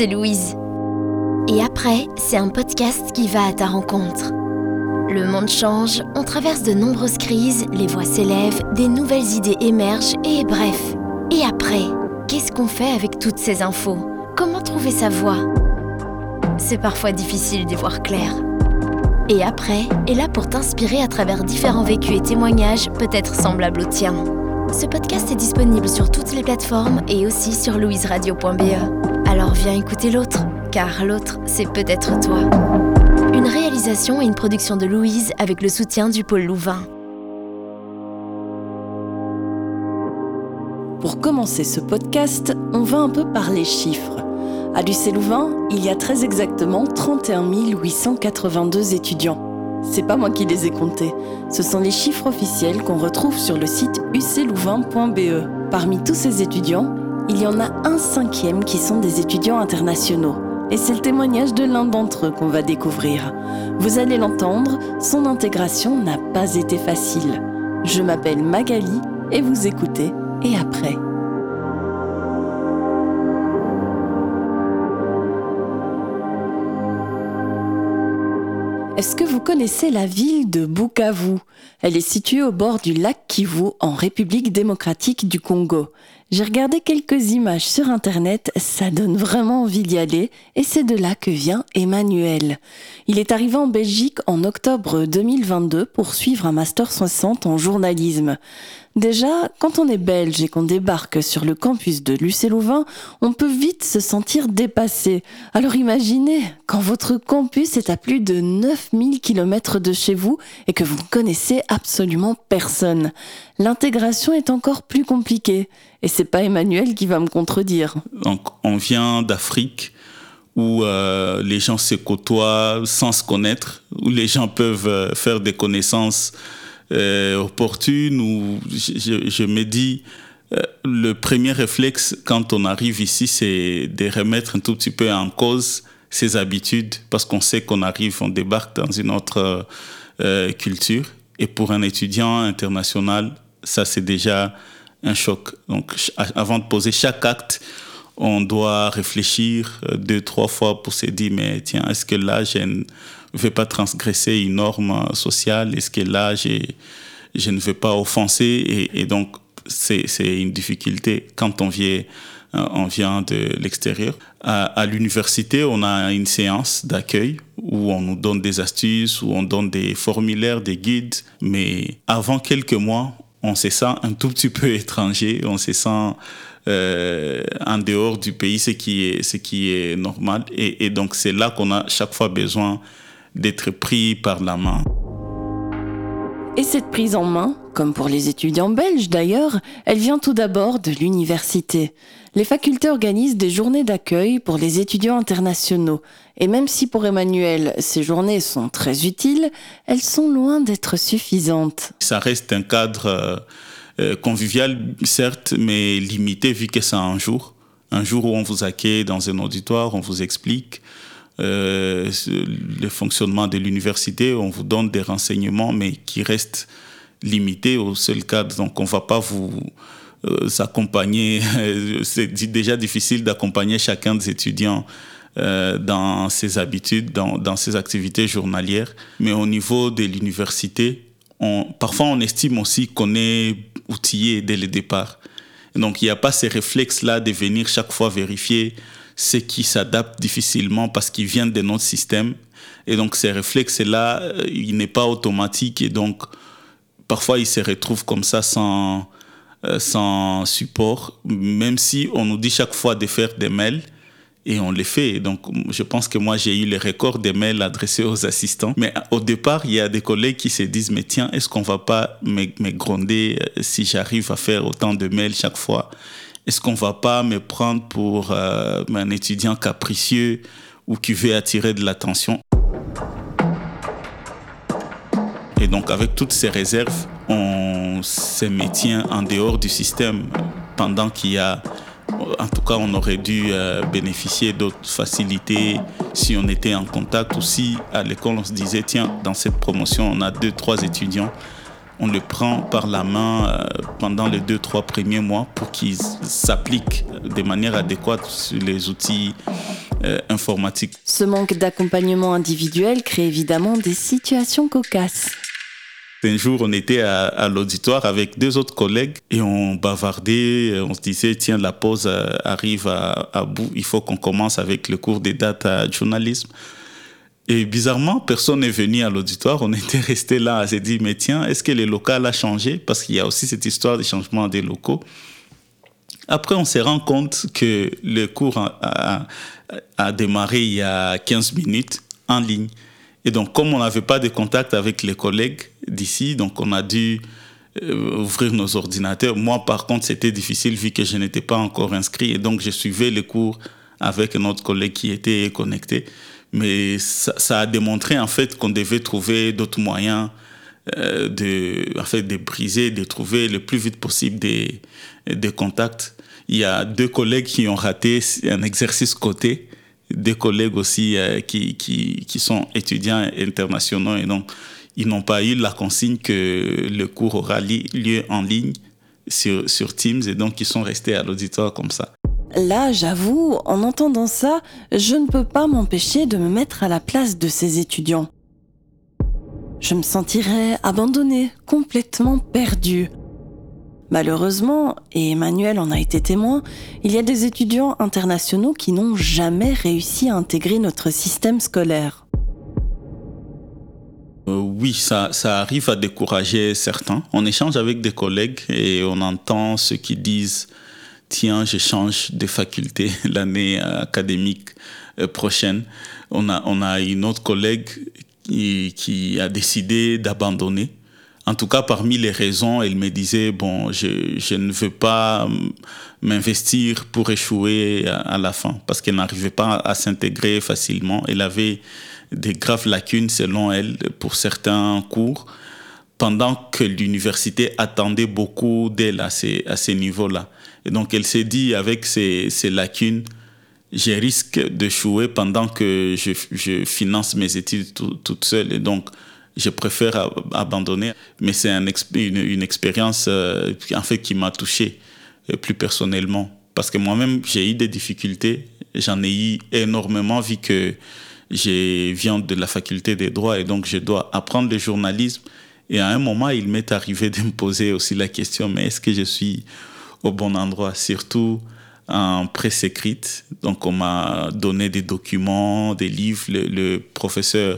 c'est Louise. Et après, c'est un podcast qui va à ta rencontre. Le monde change, on traverse de nombreuses crises, les voix s'élèvent, des nouvelles idées émergent et bref. Et après, qu'est-ce qu'on fait avec toutes ces infos ? Comment trouver sa voie ? C'est parfois difficile d'y voir clair. Et après est là pour t'inspirer à travers différents vécus et témoignages peut-être semblables aux tiens. Ce podcast est disponible sur toutes les plateformes et aussi sur louiseradio.be. Alors viens écouter l'autre, car l'autre, c'est peut-être toi. Une réalisation et une production de Louise avec le soutien du pôle Louvain. Pour commencer ce podcast, on va un peu parler chiffres. À l'UC-Louvain, il y a très exactement 31 882 étudiants. C'est pas moi qui les ai comptés. Ce sont les chiffres officiels qu'on retrouve sur le site uclouvain.be. Parmi tous ces étudiants, il y en a un cinquième qui sont des étudiants internationaux. Et c'est le témoignage de l'un d'entre eux qu'on va découvrir. Vous allez l'entendre, son intégration n'a pas été facile. Je m'appelle Magali et vous écoutez Et après. Est-ce que vous connaissez la ville de Bukavu ? Elle est située au bord du lac Kivu, en République démocratique du Congo. J'ai regardé quelques images sur Internet, ça donne vraiment envie d'y aller, et c'est de là que vient Emmanuel. Il est arrivé en Belgique en octobre 2022 pour suivre un Master 60 en journalisme. Déjà, quand on est belge et qu'on débarque sur le campus de l'UC-Louvain, on peut vite se sentir dépassé. Alors imaginez, quand votre campus est à plus de 9000 km de chez vous et que vous ne connaissez absolument personne. L'intégration est encore plus compliquée. Et c'est pas Emmanuel qui va me contredire. Donc, on vient d'Afrique où les gens se côtoient sans se connaître, où les gens peuvent faire des connaissances opportunes, où je me dis, le premier réflexe quand on arrive ici, c'est de remettre un tout petit peu en cause ses habitudes, parce qu'on sait qu'on arrive, on débarque dans une autre culture. Et pour un étudiant international, ça c'est déjà un choc. Donc, avant de poser chaque acte, on doit réfléchir 2-3 fois pour se dire, mais tiens, est-ce que là, je ne vais pas transgresser une norme sociale? Est-ce que là, je ne vais pas offenser? Et donc, c'est une difficulté quand on vient de l'extérieur. À l'université, on a une séance d'accueil où on nous donne des astuces, où on donne des formulaires, des guides. Mais avant quelques mois, on se sent un tout petit peu étranger, on se sent en dehors du pays, ce qui est normal. Et donc, c'est là qu'on a chaque fois besoin d'être pris par la main. Et cette prise en main, comme pour les étudiants belges d'ailleurs, elle vient tout d'abord de l'université. Les facultés organisent des journées d'accueil pour les étudiants internationaux. Et même si pour Emmanuel, ces journées sont très utiles, elles sont loin d'être suffisantes. Ça reste un cadre convivial, certes, mais limité vu que c'est un jour. Un jour où on vous accueille dans un auditoire, on vous explique le fonctionnement de l'université, on vous donne des renseignements, mais qui restent limités au seul cadre. Donc, on ne va pas vous accompagner. C'est déjà difficile d'accompagner chacun des étudiants dans ses habitudes, dans ses activités journalières. Mais au niveau de l'université, parfois on estime aussi qu'on est outillé dès le départ. Et donc, il n'y a pas ces réflexes-là de venir chaque fois vérifier ce qui s'adapte difficilement parce qu'ils viennent de notre système. Et donc, ces réflexes-là, il n'est pas automatique. Et donc, parfois, ils se retrouvent comme ça sans support, même si on nous dit chaque fois de faire des mails. Et on les fait. Donc, je pense que moi, j'ai eu le record des mails adressés aux assistants. Mais au départ, il y a des collègues qui se disent, mais tiens, est-ce qu'on ne va pas me gronder si j'arrive à faire autant de mails chaque fois? Est-ce qu'on ne va pas me prendre pour un étudiant capricieux ou qui veut attirer de l'attention? Et donc, avec toutes ces réserves, on se maintient en dehors du système pendant qu'il y a... En tout cas, on aurait dû bénéficier d'autres facilités si on était en contact. Ou si à l'école, on se disait, tiens, dans cette promotion, on a 2-3 étudiants. On les prend par la main pendant les 2-3 premiers mois pour qu'ils s'appliquent de manière adéquate sur les outils informatique. Ce manque d'accompagnement individuel crée évidemment des situations cocasses. Un jour, on était à l'auditoire avec 2 autres collègues et on bavardait, on se disait, tiens, la pause arrive à bout, il faut qu'on commence avec le cours des data journalisme. Et bizarrement, personne n'est venu à l'auditoire, on était resté là, on s'est dit, mais tiens, est-ce que le local a changé? Parce qu'il y a aussi cette histoire de changement des locaux. Après, on s'est rendu compte que le cours a démarré il y a 15 minutes en ligne. Et donc, comme on n'avait pas de contact avec les collègues d'ici, donc on a dû ouvrir nos ordinateurs. Moi, par contre, c'était difficile vu que je n'étais pas encore inscrit. Et donc, je suivais les cours avec un autre collègue qui était connecté. Mais ça a démontré, en fait, qu'on devait trouver d'autres moyens de briser, de trouver le plus vite possible des contacts. Il y a 2 collègues qui ont raté un exercice côté. 2 collègues aussi qui sont étudiants internationaux et donc ils n'ont pas eu la consigne que le cours aura lieu en ligne sur Teams et donc ils sont restés à l'auditoire comme ça. Là, j'avoue, en entendant ça, je ne peux pas m'empêcher de me mettre à la place de ces étudiants. Je me sentirais abandonnée, complètement perdue. Malheureusement, et Emmanuel en a été témoin, il y a des étudiants internationaux qui n'ont jamais réussi à intégrer notre système scolaire. Oui, ça arrive à décourager certains. On échange avec des collègues et on entend ceux qui disent « Tiens, je change de faculté l'année académique prochaine ». On a une autre collègue qui a décidé d'abandonner. En tout cas, parmi les raisons, elle me disait, bon, je ne veux pas m'investir pour échouer à la fin, parce qu'elle n'arrivait pas à s'intégrer facilement. Elle avait des graves lacunes, selon elle, pour certains cours, pendant que l'université attendait beaucoup d'elle à ces niveaux-là. Et donc, elle s'est dit, avec ces lacunes, je risque d'échouer pendant que je finance mes études toute seule. Et donc, je préfère abandonner. Mais c'est une expérience en fait, qui m'a touché plus personnellement. Parce que moi-même, j'ai eu des difficultés. J'en ai eu énormément vu que je viens de la faculté des droits et donc je dois apprendre le journalisme. Et à un moment, il m'est arrivé de me poser aussi la question, mais est-ce que je suis au bon endroit? Surtout en presse écrite. Donc, on m'a donné des documents, des livres. Le professeur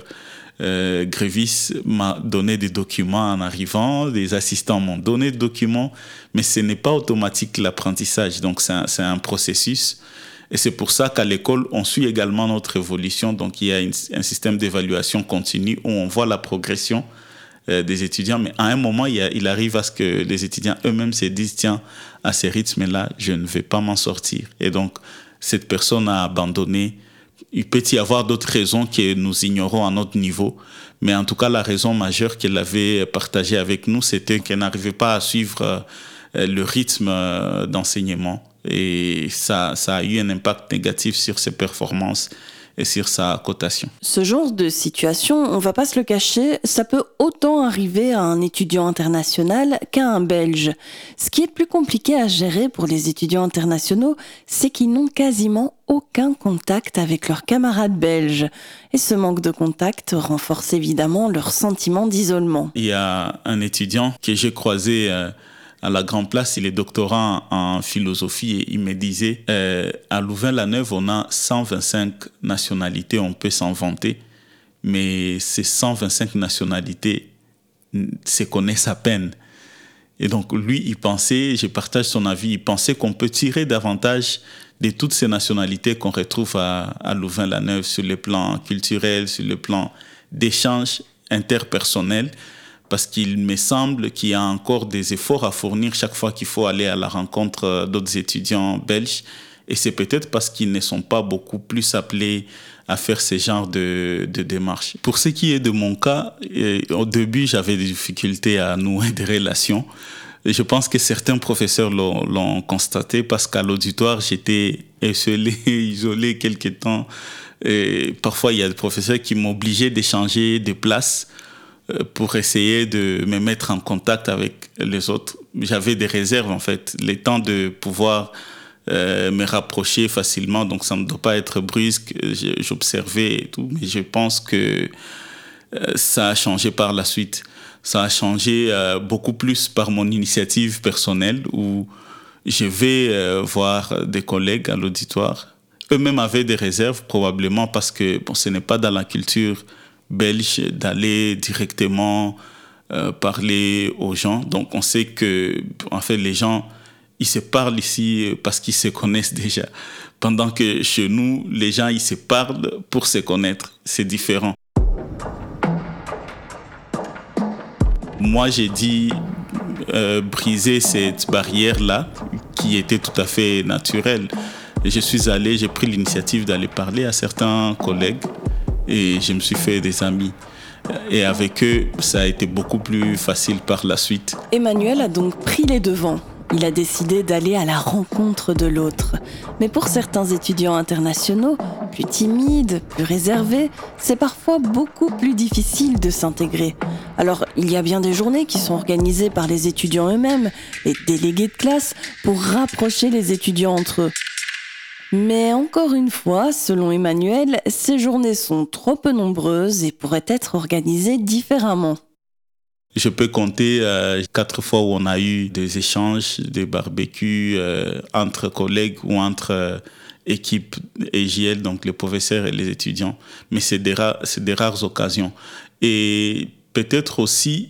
Grévis m'a donné des documents en arrivant, des assistants m'ont donné des documents, mais ce n'est pas automatique l'apprentissage, donc c'est un processus. Et c'est pour ça qu'à l'école, on suit également notre évolution. Donc, il y a un système d'évaluation continue où on voit la progression des étudiants. Mais à un moment, il arrive à ce que les étudiants eux-mêmes se disent, tiens, à ces rythmes-là, je ne vais pas m'en sortir. Et donc, cette personne a abandonné. Il peut y avoir d'autres raisons que nous ignorons à notre niveau. Mais en tout cas, la raison majeure qu'elle avait partagée avec nous, c'était qu'elle n'arrivait pas à suivre le rythme d'enseignement. Et ça a eu un impact négatif sur ses performances et sur sa cotation. Ce genre de situation, on va pas se le cacher, ça peut autant arriver à un étudiant international qu'à un Belge. Ce qui est plus compliqué à gérer pour les étudiants internationaux, c'est qu'ils n'ont quasiment aucun contact avec leurs camarades belges. Et ce manque de contact renforce évidemment leur sentiment d'isolement. Il y a un étudiant que j'ai croisé à la Grande Place, il est doctorant en philosophie et il me disait à Louvain-la-Neuve, on a 125 nationalités, on peut s'en vanter, mais ces 125 nationalités se connaissent à peine. Et donc lui, il pensait, je partage son avis, il pensait qu'on peut tirer davantage de toutes ces nationalités qu'on retrouve à Louvain-la-Neuve sur le plan culturel, sur le plan d'échange interpersonnel. Parce qu'il me semble qu'il y a encore des efforts à fournir chaque fois qu'il faut aller à la rencontre d'autres étudiants belges. Et c'est peut-être parce qu'ils ne sont pas beaucoup plus appelés à faire ce genre de démarches. Pour ce qui est de mon cas, au début, j'avais des difficultés à nouer des relations. Et je pense que certains professeurs l'ont constaté parce qu'à l'auditoire, j'étais isolé quelque temps. Et parfois, il y a des professeurs qui m'obligeaient d'échanger des places pour essayer de me mettre en contact avec les autres. J'avais des réserves, en fait. Le temps de pouvoir me rapprocher facilement, donc ça ne doit pas être brusque. J'observais et tout, mais je pense que ça a changé par la suite. Ça a changé beaucoup plus par mon initiative personnelle où je vais voir des collègues à l'auditoire. Eux-mêmes avaient des réserves probablement parce que ce n'est pas dans la culture belge d'aller directement parler aux gens. Donc on sait que en fait les gens ils se parlent ici parce qu'ils se connaissent déjà. Pendant que chez nous, les gens ils se parlent pour se connaître. C'est différent. Moi, j'ai dit briser cette barrière-là qui était tout à fait naturelle. Je suis allé, j'ai pris l'initiative d'aller parler à certains collègues et je me suis fait des amis. Et avec eux, ça a été beaucoup plus facile par la suite. Emmanuel a donc pris les devants. Il a décidé d'aller à la rencontre de l'autre. Mais pour certains étudiants internationaux, plus timides, plus réservés, c'est parfois beaucoup plus difficile de s'intégrer. Alors, il y a bien des journées qui sont organisées par les étudiants eux-mêmes, les délégués de classe, pour rapprocher les étudiants entre eux. Mais encore une fois, selon Emmanuel, ces journées sont trop peu nombreuses et pourraient être organisées différemment. Je peux compter 4 fois où on a eu des échanges, des barbecues entre collègues ou entre équipes EJL, donc les professeurs et les étudiants. Mais c'est des rares occasions. Et peut-être aussi,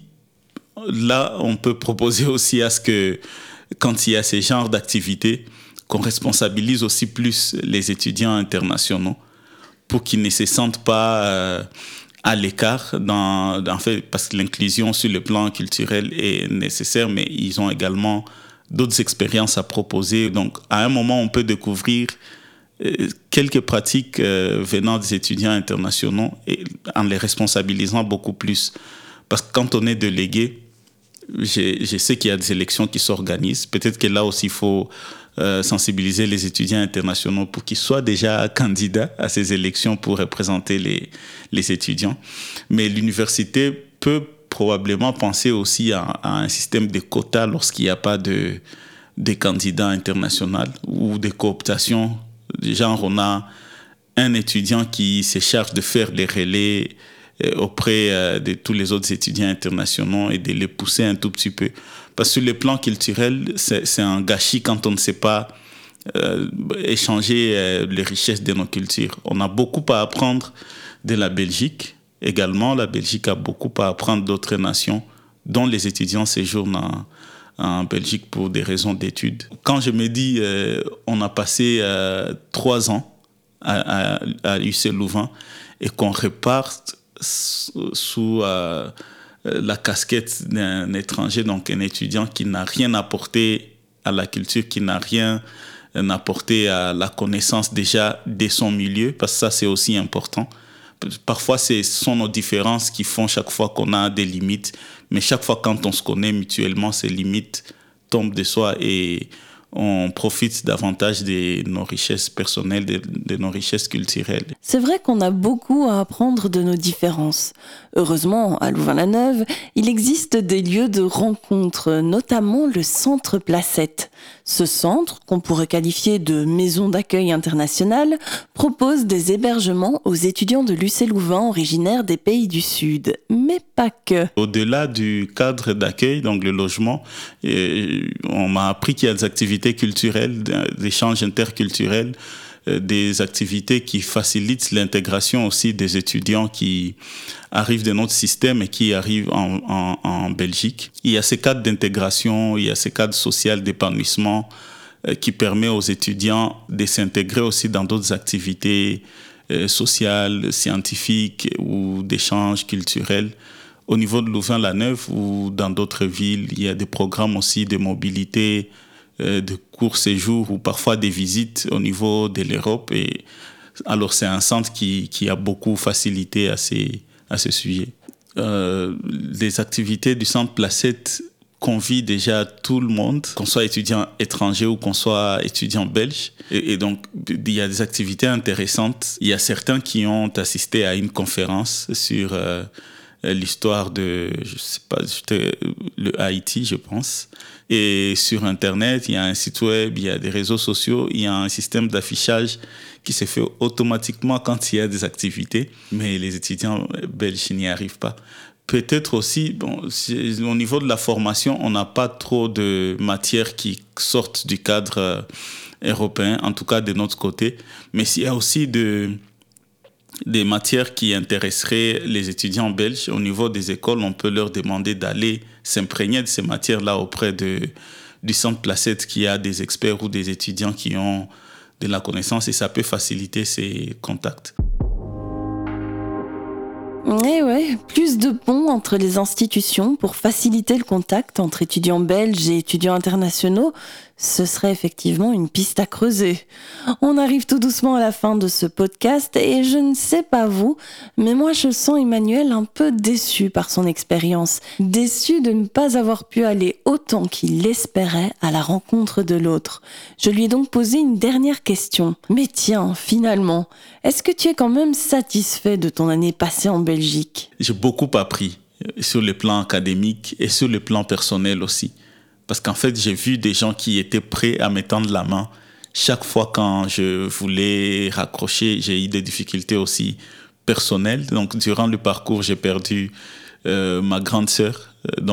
là, on peut proposer aussi à ce que, quand il y a ces genres d'activités, qu'on responsabilise aussi plus les étudiants internationaux pour qu'ils ne se sentent pas à l'écart, en fait, parce que l'inclusion sur le plan culturel est nécessaire, mais ils ont également d'autres expériences à proposer. Donc, à un moment, on peut découvrir quelques pratiques venant des étudiants internationaux et en les responsabilisant beaucoup plus. Parce que quand on est délégué, je sais qu'il y a des élections qui s'organisent. Peut-être que là aussi, il faut sensibiliser les étudiants internationaux pour qu'ils soient déjà candidats à ces élections pour représenter les étudiants. Mais l'université peut probablement penser aussi à un système de quotas lorsqu'il n'y a pas de candidats internationaux ou de cooptation. Genre, on a un étudiant qui se charge de faire les relais auprès de tous les autres étudiants internationaux et de les pousser un tout petit peu. Parce que sur le plan culturel, c'est un gâchis quand on ne sait pas échanger les richesses de nos cultures. On a beaucoup à apprendre de la Belgique. Également, la Belgique a beaucoup à apprendre d'autres nations dont les étudiants séjournent en Belgique pour des raisons d'études. Quand je me dis on a passé 3 ans à UC Louvain et qu'on reparte sous la casquette d'un étranger, donc un étudiant qui n'a rien apporté à la culture, qui n'a rien apporté à la connaissance déjà de son milieu, parce que ça c'est aussi important. Parfois ce sont nos différences qui font chaque fois qu'on a des limites, mais chaque fois quand on se connaît mutuellement, ces limites tombent de soi et on profite davantage de nos richesses personnelles, de nos richesses culturelles. C'est vrai qu'on a beaucoup à apprendre de nos différences. Heureusement, à Louvain-la-Neuve, il existe des lieux de rencontre, notamment le Centre Placette. Ce centre, qu'on pourrait qualifier de maison d'accueil internationale, propose des hébergements aux étudiants de l'UC Louvain originaires des pays du Sud, mais pas que. Au-delà du cadre d'accueil, donc le logement, on m'a appris qu'il y a des activités culturelles, des échanges interculturels, des activités qui facilitent l'intégration aussi des étudiants qui arrivent de notre système et qui arrivent en Belgique. Il y a ces cadres d'intégration, il y a ces cadres sociaux d'épanouissement qui permet aux étudiants de s'intégrer aussi dans d'autres activités sociales, scientifiques ou d'échanges culturels. Au niveau de Louvain-la-Neuve ou dans d'autres villes, il y a des programmes aussi de mobilité, de courts séjours ou parfois des visites au niveau de l'Europe. Et alors c'est un centre qui a beaucoup facilité à ce sujet. Les activités du centre Placette convient déjà tout le monde, qu'on soit étudiant étranger ou qu'on soit étudiant belge. Et donc, il y a des activités intéressantes. Il y a certains qui ont assisté à une conférence sur l'histoire de, je sais pas, le Haïti, je pense. Et sur Internet, il y a un site web, il y a des réseaux sociaux, il y a un système d'affichage qui se fait automatiquement quand il y a des activités. Mais les étudiants belges n'y arrivent pas. Peut-être aussi, au niveau de la formation, on n'a pas trop de matières qui sortent du cadre européen, en tout cas de notre côté. Mais s'il y a aussi des matières qui intéresseraient les étudiants belges, au niveau des écoles, on peut leur demander d'aller s'imprégner de ces matières-là auprès du centre Placette qui a des experts ou des étudiants qui ont de la connaissance et ça peut faciliter ces contacts. Eh ouais, plus de ponts entre les institutions pour faciliter le contact entre étudiants belges et étudiants internationaux, ce serait effectivement une piste à creuser. On arrive tout doucement à la fin de ce podcast et je ne sais pas vous, mais moi je sens Emmanuel un peu déçu par son expérience, déçu de ne pas avoir pu aller autant qu'il l'espérait à la rencontre de l'autre. Je lui ai donc posé une dernière question. Mais tiens, finalement, est-ce que tu es quand même satisfait de ton année passée en Belgique ? J'ai beaucoup appris sur le plan académique et sur le plan personnel aussi. Parce qu'en fait, j'ai vu des gens qui étaient prêts à me tendre la main. Chaque fois quand je voulais raccrocher, j'ai eu des difficultés aussi personnelles. Donc, durant le parcours, j'ai perdu ma grande sœur,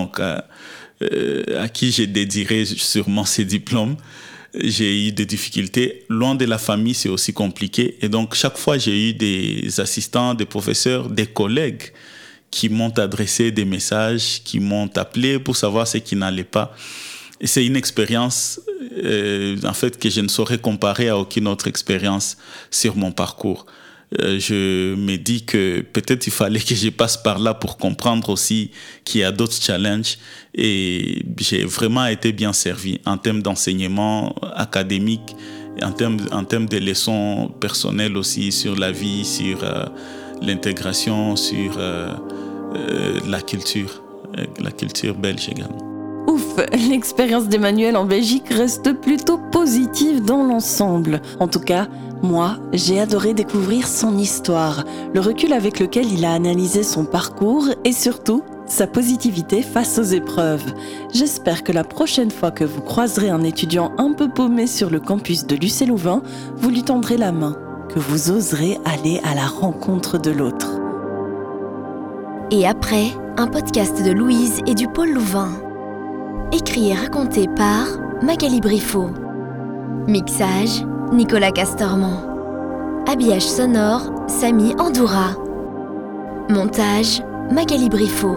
à qui j'ai dédieré sûrement ses diplômes. J'ai eu des difficultés. Loin de la famille, c'est aussi compliqué. Et donc, chaque fois, j'ai eu des assistants, des professeurs, des collègues qui m'ont adressé des messages, qui m'ont appelé pour savoir ce qui n'allait pas. Et c'est une expérience, en fait, que je ne saurais comparer à aucune autre expérience sur mon parcours. Je me dis que peut-être il fallait que je passe par là pour comprendre aussi qu'il y a d'autres challenges. Et j'ai vraiment été bien servi en termes d'enseignement académique, en termes de leçons personnelles aussi sur la vie, sur l'intégration, sur la culture belge également. Ouf, l'expérience d'Emmanuel en Belgique reste plutôt positive dans l'ensemble. En tout cas, moi, j'ai adoré découvrir son histoire, le recul avec lequel il a analysé son parcours et surtout, sa positivité face aux épreuves. J'espère que la prochaine fois que vous croiserez un étudiant un peu paumé sur le campus de l'UC Louvain, vous lui tendrez la main, que vous oserez aller à la rencontre de l'autre. Et après, un podcast de Louise et du pôle Louvain. Écrit et raconté par Magali Briffaut. Mixage, Nicolas Castormand. Habillage sonore, Samy Andoura. Montage, Magali Briffaut.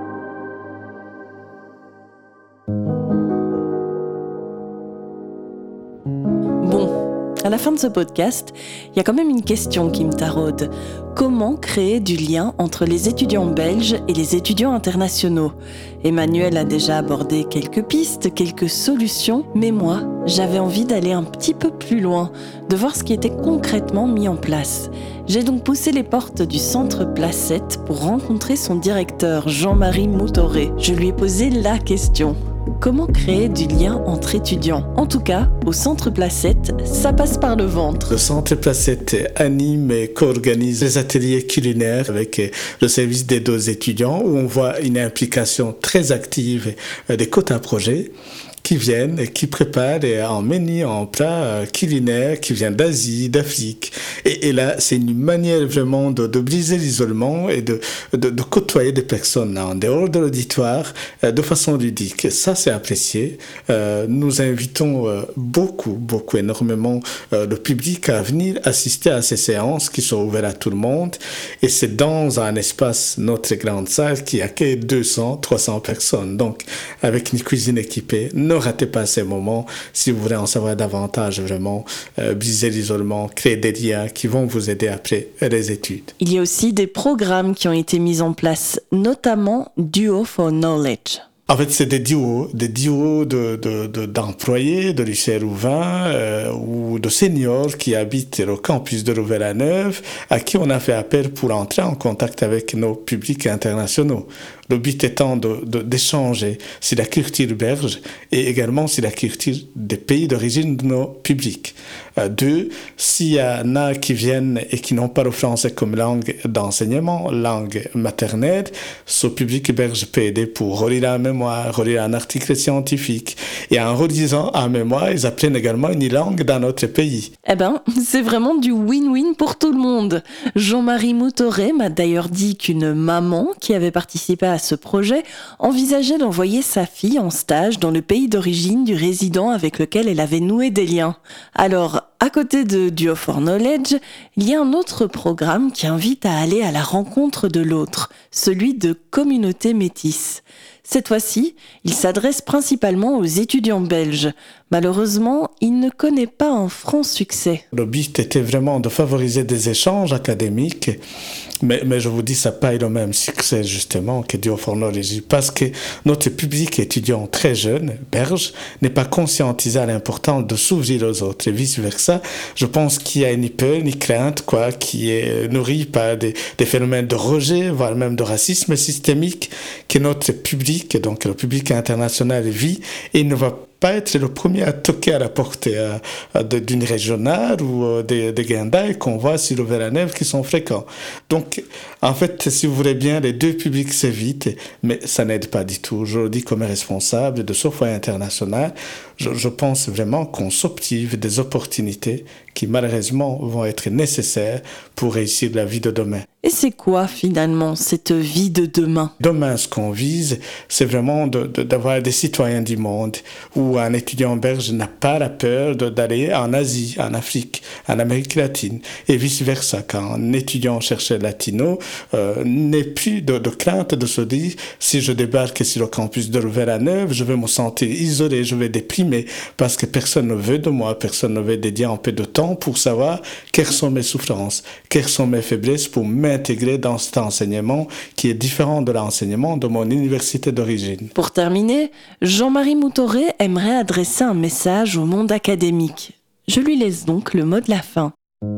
À la fin de ce podcast, il y a quand même une question qui me taraude. Comment créer du lien entre les étudiants belges et les étudiants internationaux ? Emmanuel a déjà abordé quelques pistes, quelques solutions, mais moi, j'avais envie d'aller un petit peu plus loin, de voir ce qui était concrètement mis en place. J'ai donc poussé les portes du centre Placette pour rencontrer son directeur, Jean-Marie Moutoré. Je lui ai posé la question. Comment créer du lien entre étudiants ? En tout cas, au Centre Placette, ça passe par le ventre. Le Centre Placette anime et co-organise des ateliers culinaires avec le service d'aide aux étudiants où on voit une implication très active des quotas projets qui viennent et qui préparent en menu, en plats culinaires qui viennent d'Asie, d'Afrique. Et là, c'est une manière vraiment de briser l'isolement et de côtoyer des personnes en dehors de l'auditoire de façon ludique. Ça, c'est apprécié. Nous invitons énormément le public à venir assister à ces séances qui sont ouvertes à tout le monde. Et c'est dans un espace, notre grande salle, qui accueille 200, 300 personnes. Donc, avec une cuisine équipée, ne ratez pas ces moments si vous voulez en savoir davantage, vraiment briser l'isolement, créer des liens qui vont vous aider après les études. Il y a aussi des programmes qui ont été mis en place, notamment Duo for Knowledge. En fait, c'est des duos d'employés de lycée Louvain ou de seniors qui habitent le campus de Louvain-la-Neuve, à qui on a fait appel pour entrer en contact avec nos publics internationaux. Le but étant d'échanger sur la culture belge et également sur la culture des pays d'origine de nos publics. Deux, s'il y en a qui viennent et qui n'ont pas le français comme langue d'enseignement, langue maternelle, ce public belge peut aider pour relire la mémoire, relire un article scientifique. Et en relisant en mémoire, ils apprennent également une langue dans notre pays. C'est vraiment du win-win pour tout le monde. Jean-Marie Moutoré m'a d'ailleurs dit qu'une maman qui avait participé à ce projet envisageait d'envoyer sa fille en stage dans le pays d'origine du résident avec lequel elle avait noué des liens. Alors, à côté de Duo for Knowledge, il y a un autre programme qui invite à aller à la rencontre de l'autre, celui de Communauté Métisse. Cette fois-ci, il s'adresse principalement aux étudiants belges. Malheureusement, il ne connaît pas un franc succès. Le but était vraiment de favoriser des échanges académiques, mais je vous dis, ça n'a pas eu le même succès justement que Duo for Knowledge, parce que notre public étudiant très jeune, belge, n'est pas conscientisé à l'importance de s'ouvrir aux autres et vice-versa. Je pense qu'il y a ni peur ni crainte qui est nourrie par des phénomènes de rejet, voire même de racisme systémique que notre public, donc le public international, vit et ne va pas être le premier à toquer à la porte d'une régionale ou des guindailles qu'on voit sur Louvain-la-Neuve qui sont fréquents. Donc, en fait, si vous voulez bien, les deux publics s'évitent, mais ça n'aide pas du tout. Je le dis comme responsable de ce foyer international, je pense vraiment qu'on s'optive des opportunités qui malheureusement vont être nécessaires pour réussir la vie de demain. Et c'est quoi finalement cette vie de demain ? Demain, ce qu'on vise, c'est vraiment d'avoir des citoyens du monde où un étudiant belge n'a pas la peur d'aller en Asie, en Afrique, en Amérique latine et vice-versa. Quand un étudiant chercheur latino n'est plus de crainte de se dire si je débarque sur le campus de Louvain-la-Neuve, je vais me sentir isolé, je vais déprimer parce que personne ne veut de moi, personne ne veut dédier un peu de temps pour savoir quelles sont mes souffrances, quelles sont mes faiblesses pour m'intégrer dans cet enseignement qui est différent de l'enseignement de mon université d'origine. Pour terminer, Jean-Marie Moutoré aimerait adresser un message au monde académique. Je lui laisse donc le mot de la fin.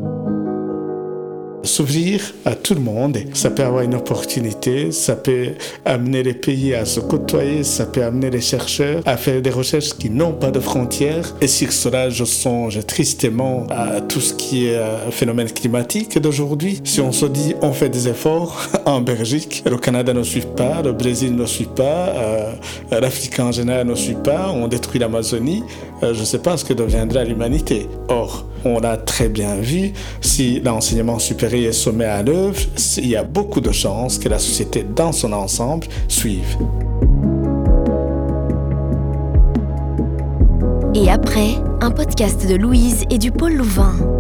S'ouvrir à tout le monde, ça peut avoir une opportunité, ça peut amener les pays à se côtoyer, ça peut amener les chercheurs à faire des recherches qui n'ont pas de frontières. Et sur cela, je songe tristement à tout ce qui est phénomène climatique d'aujourd'hui. Si on se dit on fait des efforts en Belgique, le Canada ne suit pas, le Brésil ne suit pas, l'Afrique en général ne suit pas, on détruit l'Amazonie, je ne sais pas ce que deviendra l'humanité. Or, on l'a très bien vu, si l'enseignement supérieur se met à l'œuvre, il y a beaucoup de chances que la société dans son ensemble suive. Et après, un podcast de Louise et du pôle Louvain.